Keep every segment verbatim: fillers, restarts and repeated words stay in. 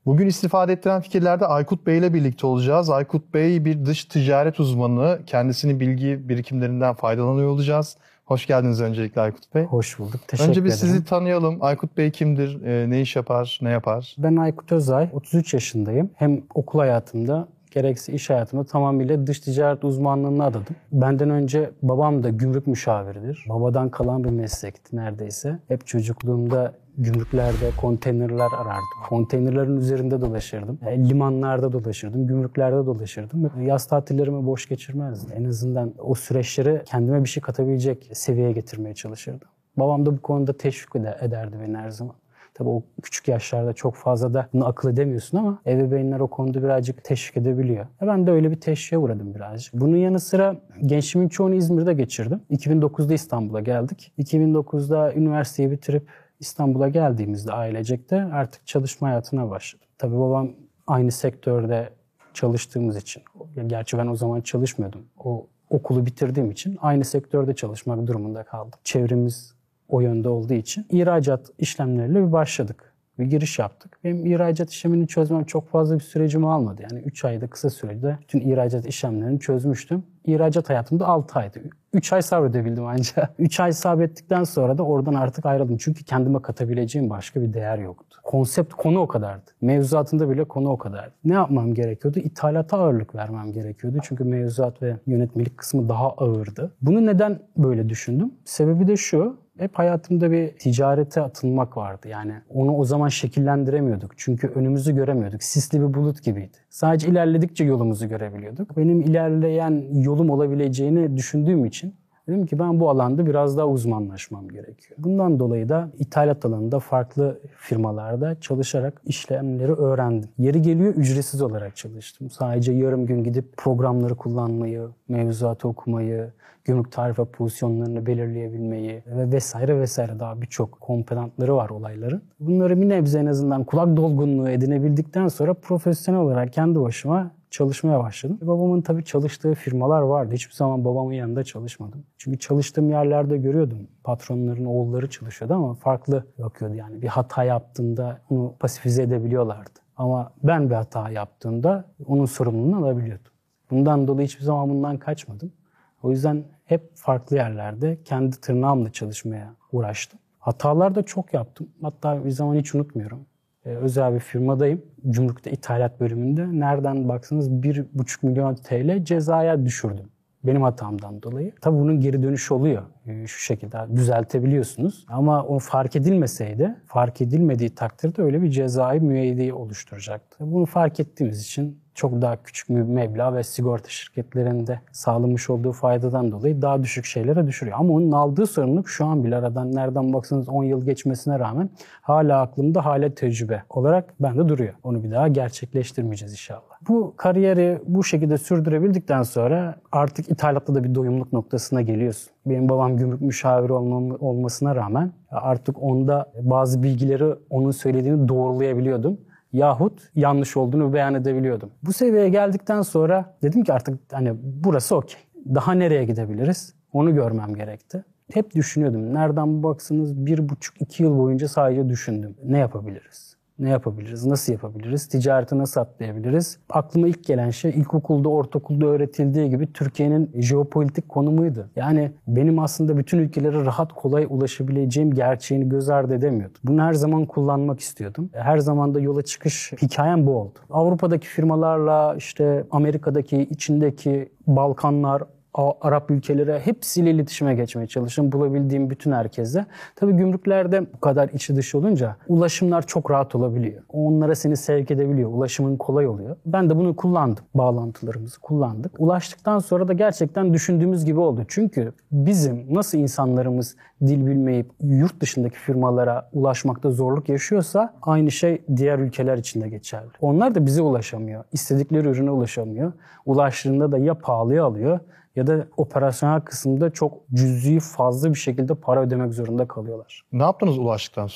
Bugün istifade ettiren fikirlerde Aykut Bey ile birlikte olacağız. Aykut Bey bir dış ticaret uzmanı. Kendisini bilgi birikimlerinden faydalanıyor olacağız. Hoş geldiniz öncelikle Aykut Bey. Hoş bulduk. Teşekkür Önce ederim. biz sizi tanıyalım. Aykut Bey kimdir? Ne iş yapar? Ne yapar? Ben Aykut Özay. otuz üç yaşındayım. Hem okul hayatımda gerekse iş hayatımda tamamıyla dış ticaret uzmanlığına adadım. Benden önce babam da gümrük müşaviridir. Babadan kalan bir meslekti neredeyse. Hep çocukluğumda gümrüklerde konteynerler arardım. Konteynerlerin üzerinde dolaşırdım. E, limanlarda dolaşırdım, gümrüklerde dolaşırdım. Yaz tatillerimi boş geçirmezdim. En azından o süreçleri kendime bir şey katabilecek seviyeye getirmeye çalışırdım. Babam da bu konuda teşvik ederdi beni her zaman. Tabii o küçük yaşlarda çok fazla da bunu akıl edemiyorsun ama ebeveynler o konuda birazcık teşvik edebiliyor. Ben de öyle bir teşviğe uğradım birazcık. Bunun yanı sıra gençliğimin çoğunu İzmir'de geçirdim. iki bin dokuzda İstanbul'a geldik. iki bin dokuzda üniversiteyi bitirip İstanbul'a geldiğimizde ailecekte artık çalışma hayatına başladım. Tabii babam aynı sektörde çalıştığımız için, gerçi ben o zaman çalışmıyordum. O okulu bitirdiğim için aynı sektörde çalışmak durumunda kaldım. Çevremiz o yönde olduğu için ihracat işlemleriyle bir başladık. Bir giriş yaptık. Benim ihracat işlemini çözmem çok fazla bir sürecimi almadı. Yani üç ayda kısa sürede bütün ihracat işlemlerini çözmüştüm. İhracat hayatımda altı aydı. üç ay sabredebildim ancak. üç ay sabrettikten sonra da oradan artık ayrıldım. Çünkü kendime katabileceğim başka bir değer yoktu. Konsept, konu o kadardı. Mevzuatında bile konu o kadardı. Ne yapmam gerekiyordu? İthalata ağırlık vermem gerekiyordu. Çünkü mevzuat ve yönetmelik kısmı daha ağırdı. Bunu neden böyle düşündüm? Sebebi de şu. Hep hayatımda bir ticarete atılmak vardı. Yani onu o zaman şekillendiremiyorduk. Çünkü önümüzü göremiyorduk. Sisli bir bulut gibiydi. Sadece ilerledikçe yolumuzu görebiliyorduk. Benim ilerleyen yolum olabileceğini düşündüğüm için dedim ki ben bu alanda biraz daha uzmanlaşmam gerekiyor. Bundan dolayı da ithalat alanında farklı firmalarda çalışarak işlemleri öğrendim. Yeri geliyor ücretsiz olarak çalıştım. Sadece yarım gün gidip programları kullanmayı, mevzuatı okumayı, gümrük tarife pozisyonlarını belirleyebilmeyi ve vesaire vesaire daha birçok komponentleri var olayların. Bunları bir nebze en azından kulak dolgunluğu edinebildikten sonra profesyonel olarak kendi başıma çalışmaya başladım. Babamın tabii çalıştığı firmalar vardı. Hiçbir zaman babamın yanında çalışmadım. Çünkü çalıştığım yerlerde görüyordum. Patronların oğulları çalışıyordu ama farklı bakıyordu. Yani bir hata yaptığında onu pasifize edebiliyorlardı. Ama ben bir hata yaptığımda onun sorumluluğunu alabiliyordum. Bundan dolayı hiçbir zaman bundan kaçmadım. O yüzden hep farklı yerlerde kendi tırnağımla çalışmaya uğraştım. Hatalar da çok yaptım. Hatta bir zaman hiç unutmuyorum. Ee, özel bir firmadayım. Gümrükte ithalat bölümünde. Nereden baksanız bir buçuk milyon T L cezaya düşürdüm. Benim hatamdan dolayı. Tabii bunun geri dönüşü oluyor. Ee, şu şekilde düzeltebiliyorsunuz. Ama o fark edilmeseydi, fark edilmediği takdirde öyle bir cezai müeyyideyi oluşturacaktı. Bunu fark ettiğimiz için çok daha küçük bir meblağ ve sigorta şirketlerinde sağlamış olduğu faydadan dolayı daha düşük şeylere düşürüyor. Ama onun aldığı sorumluluk şu an bile aradan nereden baksanız on yıl geçmesine rağmen hala aklımda, hala tecrübe olarak bende duruyor. Onu bir daha gerçekleştirmeyeceğiz inşallah. Bu kariyeri bu şekilde sürdürebildikten sonra artık ithalatta da bir doyumluk noktasına geliyorsun. Benim babam gümrük müşaviri olmam, olmasına rağmen artık onda bazı bilgileri onun söylediğini doğrulayabiliyordum. Yahut yanlış olduğunu beyan edebiliyordum. Bu seviyeye geldikten sonra dedim ki artık hani burası okey. Daha nereye gidebiliriz? Onu görmem gerekti. Hep düşünüyordum. Nereden baksanız bir buçuk iki yıl boyunca sadece düşündüm. Ne yapabiliriz? Ne yapabiliriz? Nasıl yapabiliriz? Ticareti nasıl atlayabiliriz? Aklıma ilk gelen şey ilkokulda, ortaokulda öğretildiği gibi Türkiye'nin jeopolitik konumuydu. Yani benim aslında bütün ülkelere rahat kolay ulaşabileceğim gerçeğini göz ardı edemiyordum. Bunu her zaman kullanmak istiyordum. Her zaman da yola çıkış hikayem bu oldu. Avrupa'daki firmalarla, işte Amerika'daki, içindeki Balkanlar, Arap ülkelere hepsiyle iletişime geçmeye çalıştım. Bulabildiğim bütün herkese. Tabii gümrüklerde bu kadar içi dışı olunca ulaşımlar çok rahat olabiliyor. Onlara seni sevk edebiliyor. Ulaşımın kolay oluyor. Ben de bunu kullandım. Bağlantılarımızı kullandık. Ulaştıktan sonra da gerçekten düşündüğümüz gibi oldu. Çünkü bizim nasıl insanlarımız dil bilmeyip yurt dışındaki firmalara ulaşmakta zorluk yaşıyorsa aynı şey diğer ülkeler için de geçerli. Onlar da bize ulaşamıyor. İstedikleri ürüne ulaşamıyor. Ulaştığında da ya pahalıya alıyor ya da operasyonel kısımda çok cüzi fazla bir şekilde para ödemek zorunda kalıyorlar. Ne yaptınız ulaştıktan sonra?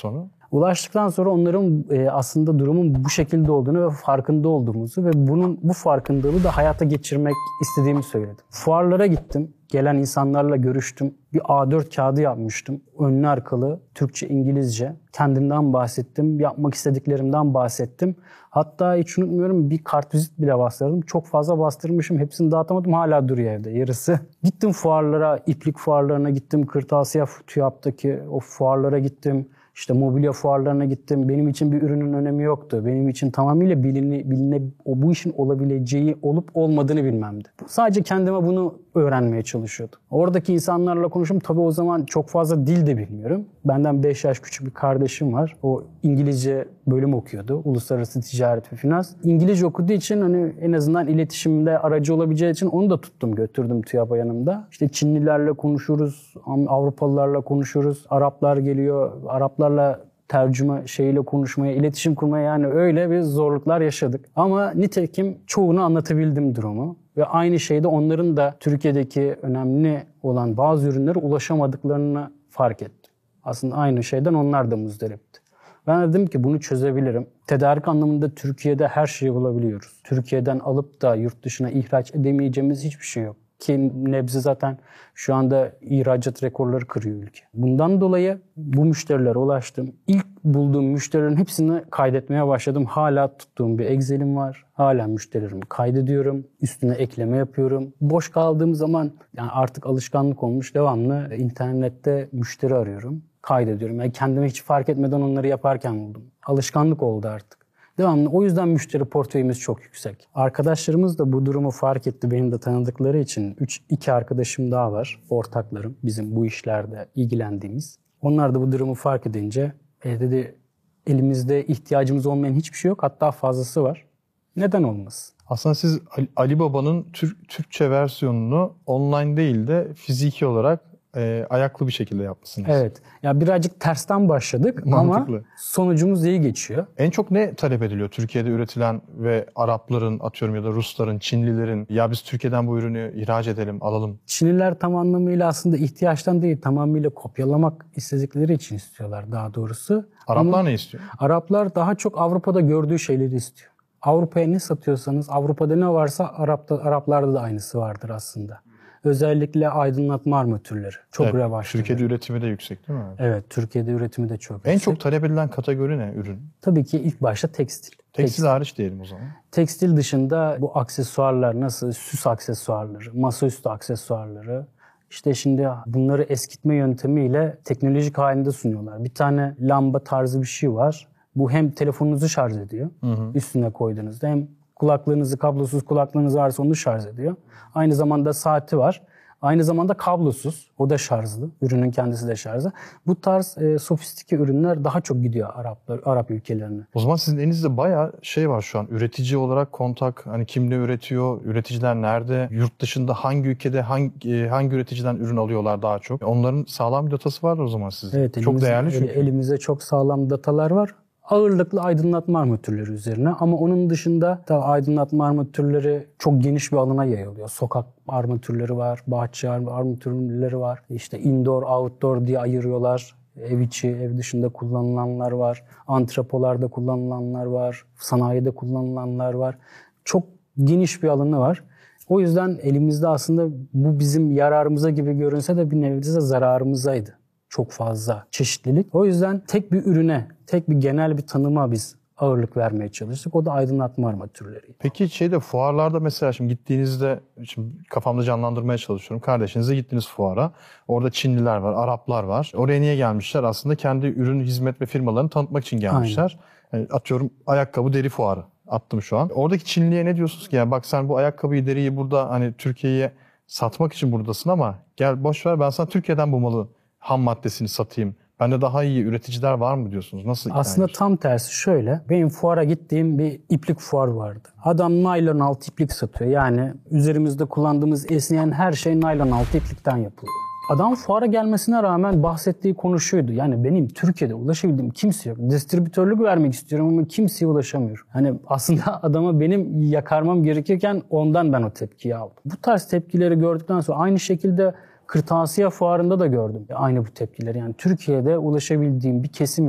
Ulaştıktan sonra onların e, aslında durumun bu şekilde olduğunu ve farkında olduğumuzu ve bunun bu farkındalığı da hayata geçirmek istediğimi söyledim. Fuarlara gittim. Gelen insanlarla görüştüm. Bir A dört kağıdı yapmıştım. Önlü arkalı, Türkçe, İngilizce. Kendimden bahsettim. Yapmak istediklerimden bahsettim. Hatta hiç unutmuyorum bir kartvizit bile bastırdım. Çok fazla bastırmışım. Hepsini dağıtamadım. Hala duruyor evde yarısı. Gittim fuarlara, iplik fuarlarına gittim. Kırtasiye TÜYAP'taki o fuarlara gittim. İşte mobilya fuarlarına gittim. Benim için bir ürünün önemi yoktu. Benim için tamamıyla biline, biline, o bu işin olabileceği olup olmadığını bilmemdi. Sadece kendime bunu öğrenmeye çalışıyordum. Oradaki insanlarla konuştum. Tabii o zaman çok fazla dil de bilmiyorum. Benden beş yaş küçük bir kardeşim var. O İngilizce bölüm okuyordu. Uluslararası Ticaret ve Finans. İngilizce okuduğu için hani en azından iletişimde aracı olabileceği için onu da tuttum götürdüm TÜYAP'a yanımda. İşte Çinlilerle konuşuruz, Avrupalılarla konuşuruz. Araplar geliyor. Araplarla tercüme şeyiyle konuşmaya, iletişim kurmaya yani öyle bir zorluklar yaşadık. Ama nitekim çoğunu anlatabildim durumu. Ve aynı şeyde onların da Türkiye'deki önemli olan bazı ürünlere ulaşamadıklarını fark ettim. Aslında aynı şeyden onlar da muzdaripti. Ben dedim ki bunu çözebilirim. Tedarik anlamında Türkiye'de her şeyi bulabiliyoruz. Türkiye'den alıp da yurt dışına ihraç edemeyeceğimiz hiçbir şey yok. Ki nebze zaten şu anda ihracat rekorları kırıyor ülke. Bundan dolayı bu müşterilere ulaştım. İlk bulduğum müşterilerin hepsini kaydetmeye başladım. Hala tuttuğum bir Excel'im var. Hala müşterilerimi kaydediyorum. Üstüne ekleme yapıyorum. Boş kaldığım zaman yani artık alışkanlık olmuş devamlı internette müşteri arıyorum. Kaydediyorum. Yani kendime hiç fark etmeden onları yaparken buldum. Alışkanlık oldu artık. Devamlı. O yüzden müşteri portföyümüz çok yüksek. Arkadaşlarımız da bu durumu fark etti. Benim de tanıdıkları için üç, iki arkadaşım daha var. Ortaklarım. Bizim bu işlerde ilgilendiğimiz. Onlar da bu durumu fark edince e, dedi elimizde ihtiyacımız olmayan hiçbir şey yok. Hatta fazlası var. Neden olmasın? Aslında siz Ali Baba'nın Türk, Türkçe versiyonunu online değil de fiziki olarak e, ayaklı bir şekilde yapmışsınız. Evet. Ya birazcık tersten başladık Mantıklı. ama sonucumuz iyi geçiyor. En çok ne talep ediliyor Türkiye'de üretilen ve Arapların atıyorum ya da Rusların, Çinlilerin ya biz Türkiye'den bu ürünü ihraç edelim, alalım. Çinliler tam anlamıyla aslında ihtiyaçtan değil tamamıyla kopyalamak istedikleri için istiyorlar daha doğrusu. Araplar ama ne istiyor? Araplar daha çok Avrupa'da gördüğü şeyleri istiyor. Avrupa'ya ne satıyorsanız Avrupa'da ne varsa Arap'ta, Araplarda da aynısı vardır aslında. Özellikle aydınlatma armatürleri çok Evet, revaçta. Türkiye'de üretimi de yüksek değil mi? Evet, Türkiye'de üretimi de çok En yüksek. çok talep edilen kategori ne ürün? Tabii ki ilk başta tekstil. Tekstil hariç diyelim o zaman. Tekstil dışında bu aksesuarlar nasıl süs aksesuarları, masaüstü aksesuarları. İşte şimdi bunları eskitme yöntemiyle teknolojik halinde sunuyorlar. Bir tane lamba tarzı bir şey var. Bu hem telefonunuzu şarj ediyor hı hı. üstüne koyduğunuzda hem kulaklığınızı, kablosuz kulaklığınız varsa onu şarj ediyor. Aynı zamanda saati var. Aynı zamanda kablosuz. O da şarjlı. Ürünün kendisi de şarjlı. Bu tarz e, sofistike ürünler daha çok gidiyor Araplar, Arap ülkelerine. O zaman sizin elinizde bayağı şey var şu an. Üretici olarak kontak, hani kim ne üretiyor, üreticiler nerede, yurt dışında hangi ülkede hangi hangi üreticiden ürün alıyorlar daha çok. Onların sağlam bir datası var o zaman sizin. Evet, çok elimizde, değerli çünkü. Elimizde çok sağlam datalar var. Ağırlıklı aydınlatma armatürleri üzerine ama onun dışında da aydınlatma armatürleri çok geniş bir alana yayılıyor. Sokak armatürleri var, bahçe armatürleri var. İşte indoor, outdoor diye ayırıyorlar. Ev içi, ev dışında kullanılanlar var. Antrepolarda kullanılanlar var. Sanayide kullanılanlar var. Çok geniş bir alanı var. O yüzden elimizde aslında bu bizim yararımıza gibi görünse de bir nevi de zararımızaydı. Çok fazla çeşitlilik. O yüzden tek bir ürüne, tek bir genel bir tanıma biz ağırlık vermeye çalıştık. O da aydınlatma armatürleri. Peki şeyde fuarlarda mesela şimdi gittiğinizde, şimdi kafamda canlandırmaya çalışıyorum. Kardeşinizle gittiniz fuara. Orada Çinliler var, Araplar var. Oraya niye gelmişler? Aslında kendi ürün, hizmet ve firmalarını tanıtmak için gelmişler. Yani atıyorum ayakkabı deri fuarı attım şu an. Oradaki Çinliye ne diyorsunuz ki? Yani bak sen bu ayakkabıyı, deriyi burada hani Türkiye'ye satmak için buradasın ama gel boş ver ben sana Türkiye'den bu malı ham maddesini satayım. Bende daha iyi üreticiler var mı diyorsunuz? Nasıl? Aslında yani? Tam tersi şöyle. Benim fuara gittiğim bir iplik fuar vardı. Adam naylon altı iplik satıyor. Yani üzerimizde kullandığımız esneyen her şey naylon altı iplikten yapılıyor. Adam fuara gelmesine rağmen bahsettiği konu şuydu. Yani benim Türkiye'de ulaşabildiğim kimse yok. Distribütörlük vermek istiyorum ama kimseye ulaşamıyorum. Hani aslında adama benim yakarmam gerekirken ondan ben o tepkiyi aldım. Bu tarz tepkileri gördükten sonra aynı şekilde Kırtasiye fuarında da gördüm aynı bu tepkileri. Yani Türkiye'de ulaşabildiğim bir kesim yok.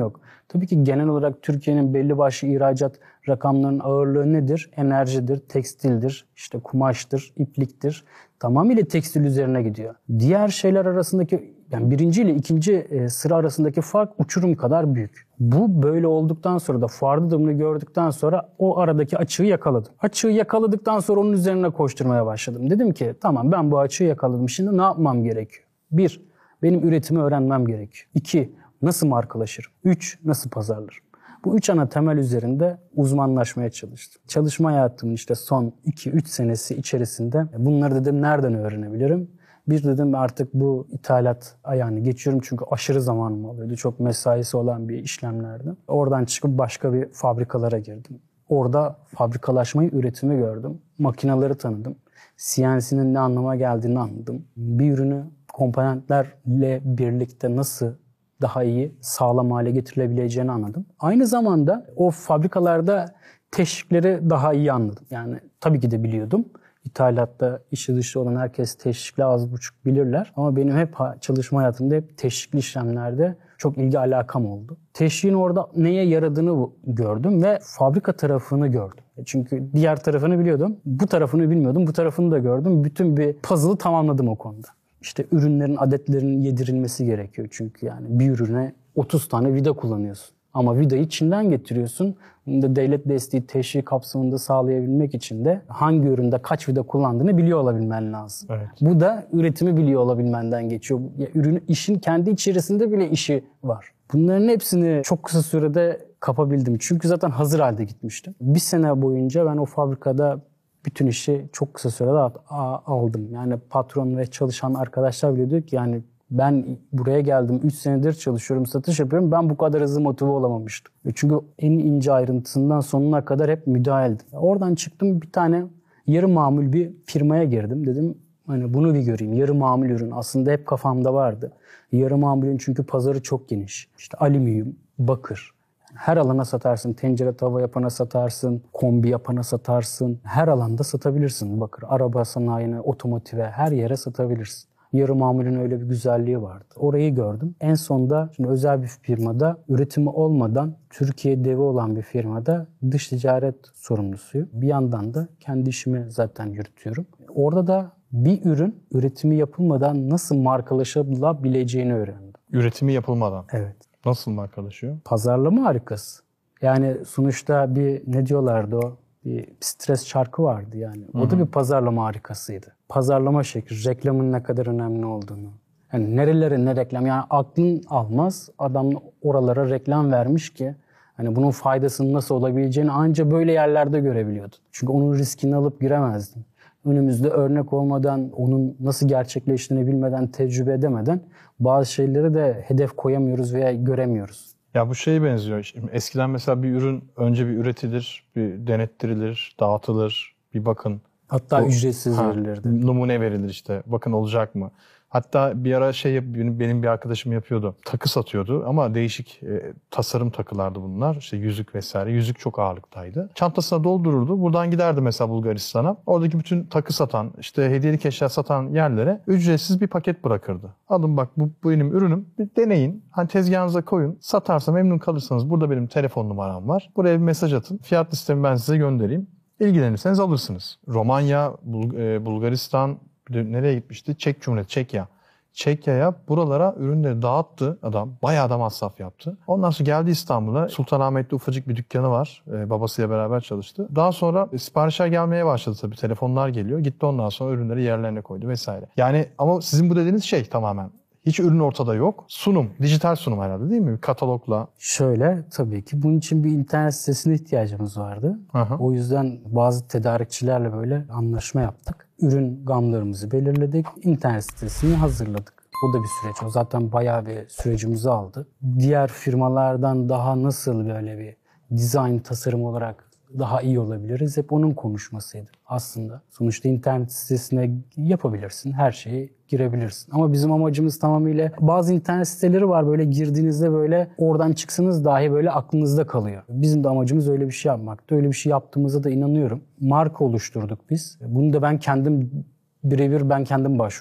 Tabii ki genel olarak Türkiye'nin belli başlı ihracat rakamlarının ağırlığı nedir? Enerjidir, tekstildir, işte kumaştır, ipliktir. Tamamıyla tekstil üzerine gidiyor. Diğer şeyler arasındaki, yani birinci ile ikinci sıra arasındaki fark uçurum kadar büyük. Bu böyle olduktan sonra da fuarda da bunu gördükten sonra o aradaki açığı yakaladım. Açığı yakaladıktan sonra onun üzerine koşturmaya başladım. Dedim ki tamam, ben bu açığı yakaladım. Şimdi ne yapmam gerekiyor? Bir, benim üretimi öğrenmem gerekiyor. İki, nasıl markalaşırım? Üç, nasıl pazarlarım? Bu üç ana temel üzerinde uzmanlaşmaya çalıştım. Çalışma hayatımın işte son iki üç senesi içerisinde bunları dedim nereden öğrenebilirim? Bir dedim artık bu ithalat ayağını geçiyorum çünkü aşırı zamanım oluyordu. Çok mesaisi olan bir işlemlerdi. Oradan çıkıp başka bir fabrikalara girdim. Orada fabrikalaşmayı, üretimi gördüm. Makineleri tanıdım. C N C'nin ne anlama geldiğini anladım. Bir ürünü komponentlerle birlikte nasıl daha iyi, sağlam hale getirilebileceğini anladım. Aynı zamanda o fabrikalarda teşvikleri daha iyi anladım. Yani tabii ki de biliyordum. İthalatta işi dışı olan herkes teşvikle az buçuk bilirler. Ama benim hep çalışma hayatımda hep teşvikli işlemlerde çok ilgi alakam oldu. Teşviğin orada neye yaradığını gördüm ve fabrika tarafını gördüm. Çünkü diğer tarafını biliyordum. Bu tarafını bilmiyordum. Bu tarafını da gördüm. Bütün bir puzzle'ı tamamladım o konuda. İşte ürünlerin adetlerinin yedirilmesi gerekiyor. Çünkü yani bir ürüne otuz tane vida kullanıyorsun. Ama vidayı Çin'den getiriyorsun. Bunu da devlet desteği teşvik kapsamında sağlayabilmek için de hangi üründe kaç vida kullandığını biliyor olabilmen lazım. Evet. Bu da üretimi biliyor olabilmenden geçiyor. Ya ürünü, işin kendi içerisinde bile işi var. Bunların hepsini çok kısa sürede kapabildim. Çünkü zaten hazır halde gitmiştim. Bir sene boyunca ben o fabrikada bütün işi çok kısa sürede aldım. Yani patron ve çalışan arkadaşlar bile diyor ki yani ben buraya geldim, üç senedir çalışıyorum, satış yapıyorum. Ben bu kadar hızlı motive olamamıştım. Çünkü en ince ayrıntısından sonuna kadar hep müdahaledim. Oradan çıktım, bir tane yarı mamul bir firmaya girdim. Dedim hani bunu bir göreyim. Yarı mamul ürün aslında hep kafamda vardı. Yarı mamulün çünkü pazarı çok geniş. İşte alüminyum, bakır. Her alana satarsın. Tencere tava yapana satarsın. Kombi yapana satarsın. Her alanda satabilirsin bakır. Araba sanayine, otomotive, her yere satabilirsin. Yarı mamulün öyle bir güzelliği vardı. Orayı gördüm. En sonda şimdi özel bir firmada, üretimi olmadan Türkiye devi olan bir firmada dış ticaret sorumlusuyum. Bir yandan da kendi işimi zaten yürütüyorum. Orada da bir ürün üretimi yapılmadan nasıl markalaşabileceğini öğrendim. Üretimi yapılmadan? Evet. Nasıl markalaşıyor? Pazarlama harikası. Yani sonuçta bir ne diyorlardı o? Bir stres çarkı vardı yani. O da bir pazarlama harikasıydı. Pazarlama şekli, reklamın ne kadar önemli olduğunu. Yani nerelere ne reklam, yani aklın almaz adam oralara reklam vermiş ki hani bunun faydasının nasıl olabileceğini ancak böyle yerlerde görebiliyordun. Çünkü onun riskini alıp giremezdin. Önümüzde örnek olmadan, onun nasıl gerçekleştiğini bilmeden, tecrübe edemeden bazı şeyleri de hedef koyamıyoruz veya göremiyoruz. Ya bu şeye benziyor. Şimdi eskiden mesela bir ürün önce bir üretilir, bir denettirilir, dağıtılır, bir bakın. Hatta o, ücretsiz ha, verilirdi. Numune verilir işte. Bakın olacak mı? Hatta bir ara şey benim bir arkadaşım yapıyordu. Takı satıyordu ama değişik e, tasarım takılardı bunlar. İşte yüzük vesaire. Yüzük çok ağırlıktaydı. Çantasına doldururdu. Buradan giderdi mesela Bulgaristan'a. Oradaki bütün takı satan, işte hediyelik eşya satan yerlere ücretsiz bir paket bırakırdı. Alın bak bu, bu benim ürünüm. Bir deneyin. Hani tezgahınıza koyun. Satarsa memnun kalırsanız burada benim telefon numaram var. Buraya bir mesaj atın. Fiyat listemi ben size göndereyim. İlgilenirseniz alırsınız. Romanya, Bul- e, Bulgaristan, nereye gitmişti? Çek Cumhuriyeti, Çekya. Çekya'ya buralara ürünleri dağıttı adam. Bayağı da masraf yaptı. Ondan sonra geldi İstanbul'a. Sultanahmet'te ufacık bir dükkanı var. Ee, babasıyla beraber çalıştı. Daha sonra siparişler gelmeye başladı tabii. Telefonlar geliyor. Gitti ondan sonra ürünleri yerlerine koydu vesaire. Yani ama sizin bu dediğiniz şey tamamen. Hiç ürün ortada yok. Sunum, dijital sunum herhalde değil mi? Katalogla. Şöyle tabii ki bunun için bir internet sitesine ihtiyacımız vardı. Aha. O yüzden bazı tedarikçilerle böyle anlaşma yaptık. Ürün gamlarımızı belirledik. İnternet sitesini hazırladık. O da bir süreç. O zaten bayağı bir sürecimizi aldı. Diğer firmalardan daha nasıl böyle bir dizayn, tasarım olarak daha iyi olabiliriz? Hep onun konuşmasıydı aslında. Sonuçta internet sitesine yapabilirsin, her şeyi girebilirsin. Ama bizim amacımız tamamıyla bazı internet siteleri var böyle girdiğinizde böyle oradan çıksınız dahi böyle aklınızda kalıyor. Bizim de amacımız öyle bir şey yapmaktı. Öyle bir şey yaptığımıza da inanıyorum. Marka oluşturduk biz. Bunu da ben kendim birebir ben kendim başvurdum.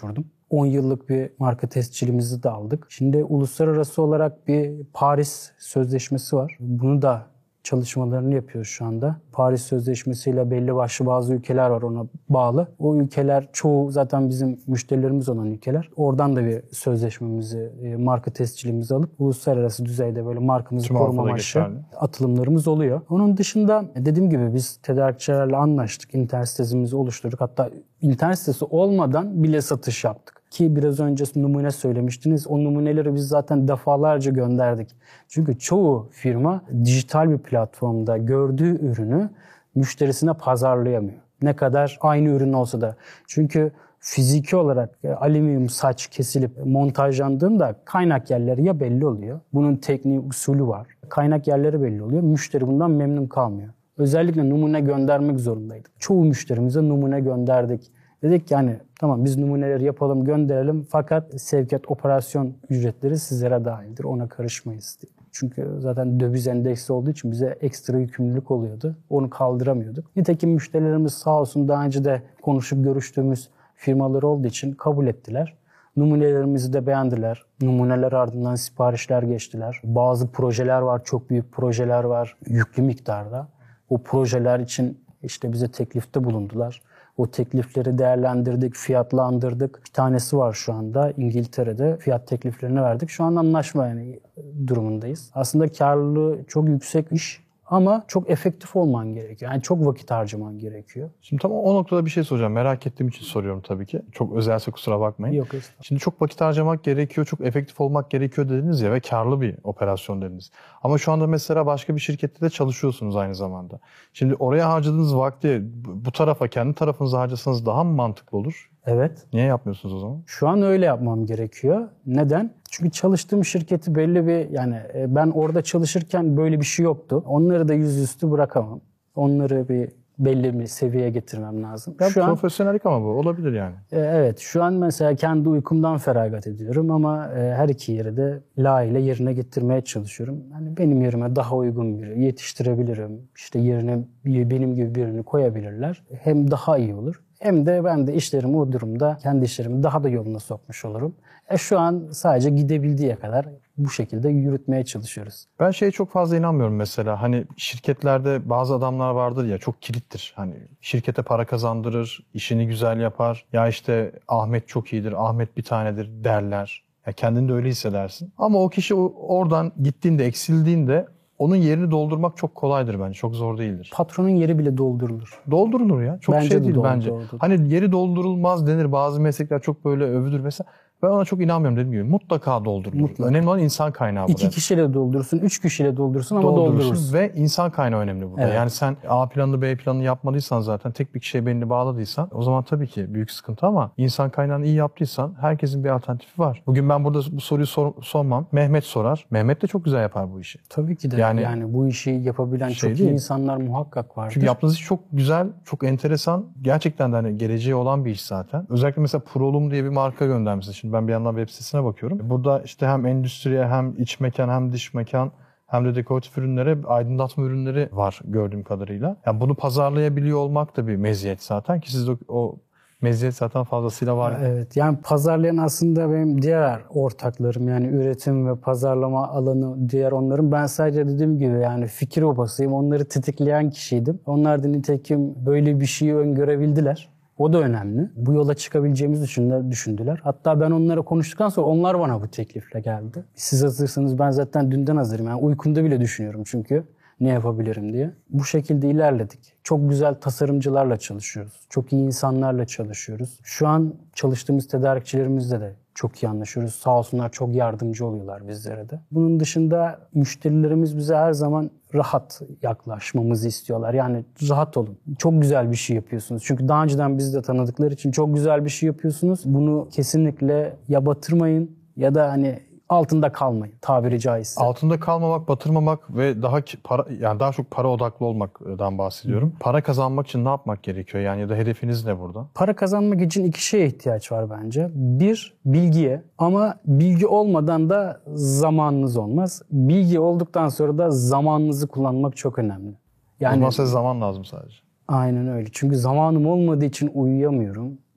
on yıllık bir marka tescilimizi de aldık. Şimdi uluslararası olarak bir Paris Sözleşmesi var. Bunu da çalışmalarını yapıyoruz şu anda. Paris Sözleşmesi'yle belli başlı bazı ülkeler var ona bağlı. O ülkeler çoğu zaten bizim müşterilerimiz olan ülkeler. Oradan da bir sözleşmemizi, marka tescilimizi alıp uluslararası düzeyde böyle markamızı Tüm koruma Avrupa'da amaçlı geçerli. atılımlarımız oluyor. Onun dışında dediğim gibi biz tedarikçilerle anlaştık. İnternet sitemizi oluşturduk. Hatta internet sitesi olmadan bile satış yaptık. Ki biraz önce numune söylemiştiniz. O numuneleri biz zaten defalarca gönderdik. Çünkü çoğu firma dijital bir platformda gördüğü ürünü müşterisine pazarlayamıyor. Ne kadar aynı ürün olsa da. Çünkü fiziki olarak alüminyum saç kesilip montajlandığında kaynak yerleri ya belli oluyor. Bunun tekniği, usulü var. Kaynak yerleri belli oluyor. Müşteri bundan memnun kalmıyor. Özellikle numune göndermek zorundaydık. Çoğu müşterimize numune gönderdik. Dedik yani tamam biz numuneleri yapalım, gönderelim fakat sevkiyat operasyon ücretleri sizlere dahildir. Ona karışmayız diye. Çünkü zaten döviz endeksi olduğu için bize ekstra yükümlülük oluyordu. Onu kaldıramıyorduk. Nitekim müşterilerimiz sağ olsun daha önce de konuşup görüştüğümüz firmalar olduğu için kabul ettiler. Numunelerimizi de beğendiler. Numuneler ardından siparişler geçtiler. Bazı projeler var, çok büyük projeler var yüklü miktarda. O projeler için işte bize teklifte bulundular. O teklifleri değerlendirdik, fiyatlandırdık. Bir tanesi var şu anda İngiltere'de. Fiyat tekliflerini verdik. Şu an anlaşma yani durumundayız. Aslında karlılığı çok yüksek iş ama çok efektif olman gerekiyor. Yani çok vakit harcaman gerekiyor. Şimdi tam o noktada bir şey soracağım. Merak ettiğim için soruyorum tabii ki. Çok özelse kusura bakmayın. Yok estağfurullah. Şimdi çok vakit harcamak gerekiyor, çok efektif olmak gerekiyor dediniz ya ve karlı bir operasyon dediniz. Ama şu anda mesela başka bir şirkette de çalışıyorsunuz aynı zamanda. Şimdi oraya harcadığınız vakti bu tarafa, kendi tarafınıza harcasanız daha mı mantıklı olur? Evet. Niye yapmıyorsunuz o zaman? Şu an öyle yapmam gerekiyor. Neden? Çünkü çalıştığım şirketi belli bir yani ben orada çalışırken böyle bir şey yoktu. Onları da yüzüstü bırakamam. Onları bir belli bir seviyeye getirmem lazım. Ya şu profesyonellik ama bu olabilir yani. an evet şu an mesela kendi uykumdan feragat ediyorum ama her iki yeri de layığıyla yerine getirmeye çalışıyorum. Yani benim yerime daha uygun biri yetiştirebilirim. İşte yerine benim gibi birini koyabilirler. Hem daha iyi olur. Hem de ben de işlerimi o durumda, kendi işlerimi daha da yoluna sokmuş olurum. E şu an sadece gidebildiği kadar bu şekilde yürütmeye çalışıyoruz. Ben şeye çok fazla inanmıyorum mesela. Hani şirketlerde bazı adamlar vardır ya çok kilittir. Hani şirkete para kazandırır, işini güzel yapar. Ya işte Ahmet çok iyidir, Ahmet bir tanedir derler. Ya kendini de öyle hissedersin. Ama o kişi oradan gittiğinde, eksildiğinde onun yerini doldurmak çok kolaydır bence. Çok zor değildir. Patronun yeri bile doldurulur. Doldurulur ya. Çok Bence şey de değil doldur, bence. doldur. Hani yeri doldurulmaz denir. Bazı meslekler çok böyle övülür mesela. Ben ona çok inanmıyorum dediğim gibi. Mutlaka doldurulur. Mutlaka. Önemli olan insan kaynağı burada. İki kişiyle doldurursun, üç kişiyle doldurursun ama Doldurursun doldurursun. ve insan kaynağı önemli burada. Evet. Yani sen A planını B planını yapmadıysan zaten tek bir kişiye belini bağladıysan o zaman tabii ki büyük sıkıntı ama insan kaynağını iyi yaptıysan herkesin bir alternatifi var. Bugün ben burada bu soruyu sor, sormam. Mehmet sorar. Mehmet de çok güzel yapar bu işi. Tabii ki de Yani- yani, bu işi yapabilen Şey çok değil. iyi insanlar muhakkak vardır. Çünkü yaptığınız iş çok güzel, çok enteresan. Gerçekten de hani geleceği olan bir iş zaten. Özellikle mesela Prolum diye bir marka göndermişsiniz. Şimdi ben bir yandan web sitesine bakıyorum. Burada işte hem endüstriye hem iç mekan hem dış mekan hem de dekoratif ürünlere, aydınlatma ürünleri var gördüğüm kadarıyla. Yani bunu pazarlayabiliyor olmak da bir meziyet zaten ki siz o, o meziyet zaten fazlasıyla var. Evet yani pazarlayan aslında benim diğer ortaklarım yani üretim ve pazarlama alanı diğer onların. Ben sadece dediğim gibi yani fikir obasıyım. Onları tetikleyen kişiydim. Onlar da nitekim böyle bir şeyi öngörebildiler. O da önemli. Bu yola çıkabileceğimizi düşündüler, düşündüler. Hatta ben onlara konuştuktan sonra onlar bana bu teklifle geldi. Siz hazırsanız ben zaten dünden hazırım. Yani uykumda bile düşünüyorum çünkü ne yapabilirim diye. Bu şekilde ilerledik. Çok güzel tasarımcılarla çalışıyoruz. Çok iyi insanlarla çalışıyoruz. Şu an çalıştığımız tedarikçilerimizle de çok iyi anlaşıyoruz. Sağ olsunlar çok yardımcı oluyorlar bizlere de. Bunun dışında müşterilerimiz bize her zaman rahat yaklaşmamızı istiyorlar. Yani rahat olun. Çok güzel bir şey yapıyorsunuz. Çünkü daha önceden bizi de tanıdıkları için çok güzel bir şey yapıyorsunuz. Bunu kesinlikle ya batırmayın ya da hani altında kalmayın tabiri caizse. Altında kalmamak, batırmamak ve daha ki- para yani daha çok para odaklı olmaktan bahsediyorum. Hı. Para kazanmak için ne yapmak gerekiyor? Yani ya da hedefiniz ne burada? Para kazanmak için iki şeye ihtiyaç var bence. Bir, bilgiye ama bilgi olmadan da zamanınız olmaz. Bilgi olduktan sonra da zamanınızı kullanmak çok önemli. Yani o zaman size zaman lazım sadece. Aynen öyle. Çünkü zamanım olmadığı için uyuyamıyorum.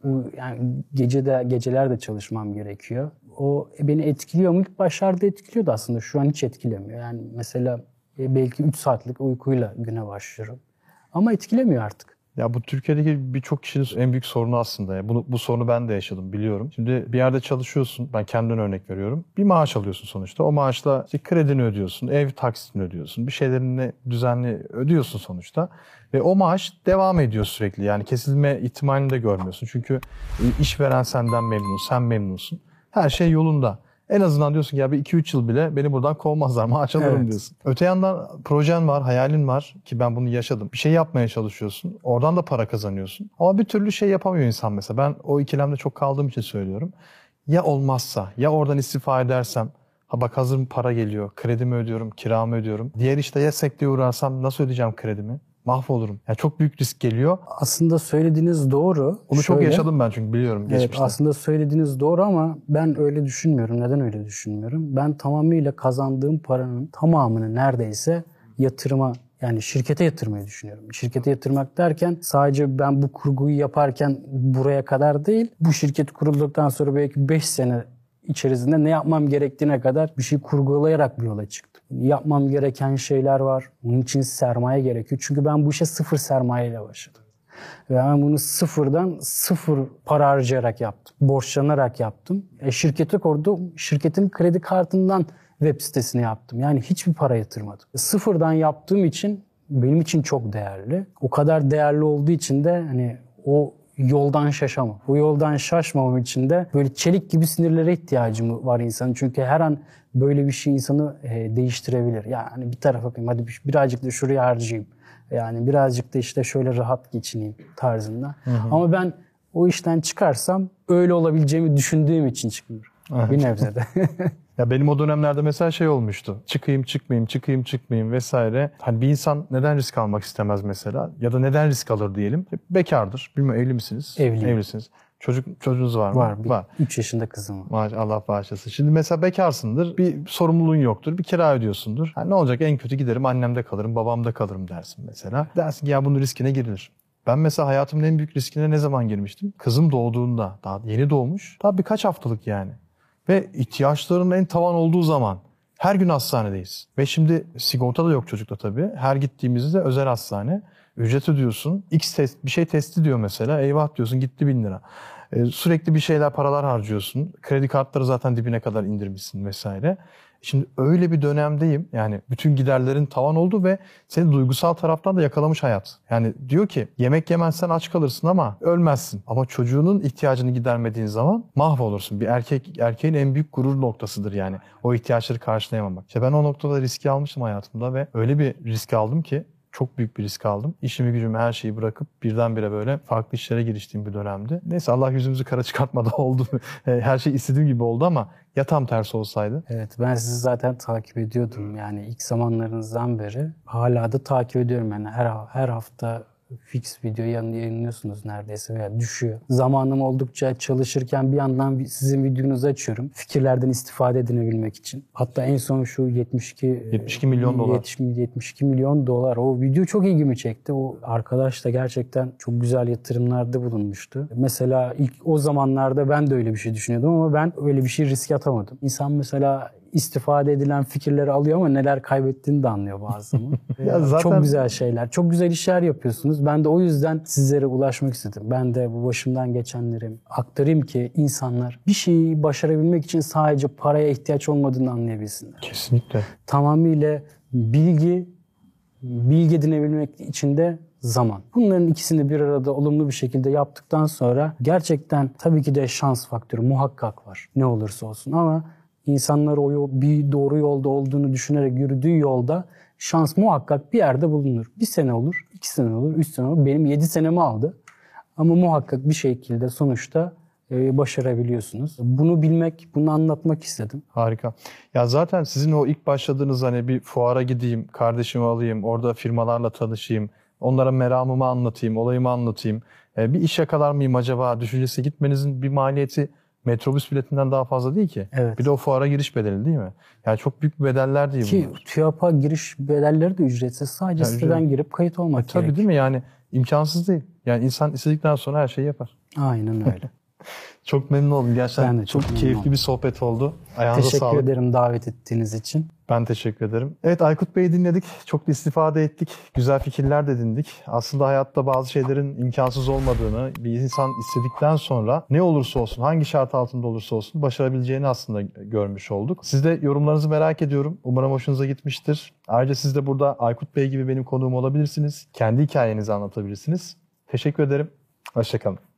Bu, yani gece de geceler de çalışmam gerekiyor. O beni etkiliyor mu? İlk başlarda etkiliyordu aslında. Şu an hiç etkilemiyor. Yani mesela e, belki üç saatlik uykuyla güne başlıyorum. Ama etkilemiyor artık. Ya bu Türkiye'deki birçok kişinin en büyük sorunu aslında. Ya. Bunu, bu sorunu ben de yaşadım, biliyorum. Şimdi bir yerde çalışıyorsun, ben kendimden örnek veriyorum. Bir maaş alıyorsun sonuçta. O maaşla işte kredini ödüyorsun, ev taksitini ödüyorsun, bir şeylerini düzenli ödüyorsun sonuçta. Ve o maaş devam ediyor sürekli. Yani kesilme ihtimalini de görmüyorsun. Çünkü işveren senden memnun, sen memnunsun. Her şey yolunda. En azından diyorsun ki ya bir iki üç yıl bile beni buradan kovmazlar, maaş alırım Evet. diyorsun. Öte yandan projen var, hayalin var ki ben bunu yaşadım. Bir şey yapmaya çalışıyorsun. Oradan da para kazanıyorsun. Ama bir türlü şey yapamıyor insan mesela. Ben o ikilemde çok kaldığım için söylüyorum. Ya olmazsa, ya oradan istifa edersem, ha bak hazır para geliyor, kredimi ödüyorum, kiramı ödüyorum. Diğer işte ya sekteye uğrarsam nasıl ödeyeceğim kredimi? Mahvolurum. Yani çok büyük risk geliyor. Aslında söylediğiniz doğru. Bunu çok Şöyle, yaşadım ben çünkü biliyorum evet, geçmişte. aslında söylediğiniz doğru ama ben öyle düşünmüyorum. Neden öyle düşünmüyorum? Ben tamamıyla kazandığım paranın tamamını neredeyse yatırıma, yani şirkete yatırmayı düşünüyorum. Şirkete yatırmak derken sadece ben bu kurguyu yaparken buraya kadar değil, bu şirket kurulduktan sonra belki beş sene içerisinde ne yapmam gerektiğine kadar bir şey kurgulayarak bir yola çıktım. Yapmam gereken şeyler var. Bunun için sermaye gerekiyor. Çünkü ben bu işe sıfır sermayeyle başladım. Ve ben bunu sıfırdan sıfır para harcayarak yaptım. Borçlanarak yaptım. E, şirketi kurdum. Şirketin kredi kartından web sitesini yaptım. Yani hiçbir para yatırmadım. E, sıfırdan yaptığım için benim için çok değerli. O kadar değerli olduğu için de hani o yoldan şaşamam. Bu yoldan şaşmamam için de böyle çelik gibi sinirlere ihtiyacım var insanın. Çünkü her an böyle bir şey insanı e, değiştirebilir. Yani bir tarafa bakayım, hadi birazcık da şuraya harcayayım. Yani birazcık da işte şöyle rahat geçineyim tarzında. Hı hı. Ama ben o işten çıkarsam öyle olabileceğimi düşündüğüm için çıkmıyorum. Evet. Bir nebze de. Ya benim o dönemlerde mesela şey olmuştu. Çıkayım çıkmayayım, çıkayım çıkmayayım vesaire. Hani bir insan neden risk almak istemez mesela? Ya da neden risk alır diyelim? Bekardır. Bilmiyorum, evli misiniz? Evliyim. Evlisiniz. Çocuk, çocuğunuz var mı? Var. Bir, var. üç yaşında kızım var. Allah bağışlasın. Şimdi mesela bekarsındır. Bir sorumluluğun yoktur. Bir kira ödüyorsundur. Ha, ne olacak? En kötü giderim annemde kalırım, babamda kalırım dersin mesela. Dersin ki ya bunun riskine girilir. Ben mesela hayatımın en büyük riskine ne zaman girmiştim? Kızım doğduğunda. Daha yeni doğmuş. Daha birkaç haftalık yani. Ve ihtiyaçlarının en tavan olduğu zaman her gün hastanedeyiz. Ve şimdi sigorta da yok çocukta tabii. Her gittiğimizde özel hastane. Ücret ödüyorsun. X test, bir şey testi diyor mesela. Eyvah diyorsun, gitti bin lira. Ee, sürekli bir şeyler, paralar harcıyorsun. Kredi kartları zaten dibine kadar indirmişsin vesaire. Şimdi öyle bir dönemdeyim. Yani bütün giderlerin tavan oldu ve seni duygusal taraftan da yakalamış hayat. Yani diyor ki yemek yemezsen aç kalırsın ama ölmezsin. Ama çocuğunun ihtiyacını gidermediğin zaman mahvolursun. Bir erkek erkeğin en büyük gurur noktasıdır yani. O ihtiyaçları karşılayamamak. İşte ben o noktada riski almıştım hayatımda ve öyle bir risk aldım ki çok büyük bir risk aldım. İşimi gücümü her şeyi bırakıp birdenbire böyle farklı işlere giriştiğim bir dönemdi. Neyse Allah yüzümüzü kara çıkartmadı oldu. Her şey istediğim gibi oldu ama ya tam tersi olsaydı? Evet, ben sizi zaten takip ediyordum. Yani ilk zamanlarınızdan beri hala da takip ediyorum. Yani her her hafta fix video yayınlıyorsunuz neredeyse veya düşüyor. Zamanım oldukça çalışırken bir yandan sizin videonuzu açıyorum. Fikirlerden istifade edinebilmek için. Hatta en son şu yetmiş iki yetmiş iki milyon dolar. yetmiş iki milyon dolar. O video çok ilgimi çekti. O arkadaş da gerçekten çok güzel yatırımlarda bulunmuştu. Mesela ilk o zamanlarda ben de öyle bir şey düşünüyordum ama ben öyle bir şey riske atamadım. İnsan mesela istifade edilen fikirleri alıyor ama neler kaybettiğini de anlıyor bazen. ya zaten... Çok güzel şeyler, çok güzel işler yapıyorsunuz. Ben de o yüzden sizlere ulaşmak istedim. Ben de bu başımdan geçenleri aktarayım ki insanlar bir şeyi başarabilmek için sadece paraya ihtiyaç olmadığını anlayabilsinler. Kesinlikle. Tamamıyla bilgi, bilgi edinebilmek için de zaman. Bunların ikisini bir arada olumlu bir şekilde yaptıktan sonra gerçekten tabii ki de şans faktörü muhakkak var. Ne olursa olsun ama İnsanlar o yol, bir doğru yolda olduğunu düşünerek yürüdüğü yolda şans muhakkak bir yerde bulunur. Bir sene olur, iki sene olur, üç sene olur. Benim yedi senemi aldı. Ama muhakkak bir şekilde sonuçta e, başarabiliyorsunuz. Bunu bilmek, bunu anlatmak istedim. Harika. Ya zaten sizin o ilk başladığınız hani bir fuara gideyim, kardeşimi alayım, orada firmalarla tanışayım, onlara meramımı anlatayım, olayımı anlatayım. E, bir iş yakalar mıyım acaba düşüncesi gitmenizin bir maliyeti metrobüs biletinden daha fazla değil ki. Evet. Bir de o fuara giriş bedeli değil mi? Yani çok büyük bedeller değil ki bunlar. Ki TÜYAP'a giriş bedelleri de ücretsiz. Sadece yani siteden ücret... girip kayıt olmak e, tabii gerek. Değil mi? Yani imkansız değil. Yani insan istedikten sonra her şeyi yapar. Aynen öyle. Çok memnun oldum. Gerçekten Ben de çok çok, memnun keyifli oldum. bir sohbet oldu. Ayağınıza Teşekkür sağlık. ederim davet ettiğiniz için. Ben teşekkür ederim. Evet, Aykut Bey'i dinledik. Çok da istifade ettik. Güzel fikirler de dinledik. Aslında hayatta bazı şeylerin imkansız olmadığını, bir insan istedikten sonra ne olursa olsun, hangi şart altında olursa olsun başarabileceğini aslında görmüş olduk. Siz de yorumlarınızı merak ediyorum. Umarım hoşunuza gitmiştir. Ayrıca siz de burada Aykut Bey gibi benim konuğum olabilirsiniz. Kendi hikayenizi anlatabilirsiniz. Teşekkür ederim. Hoşça kalın.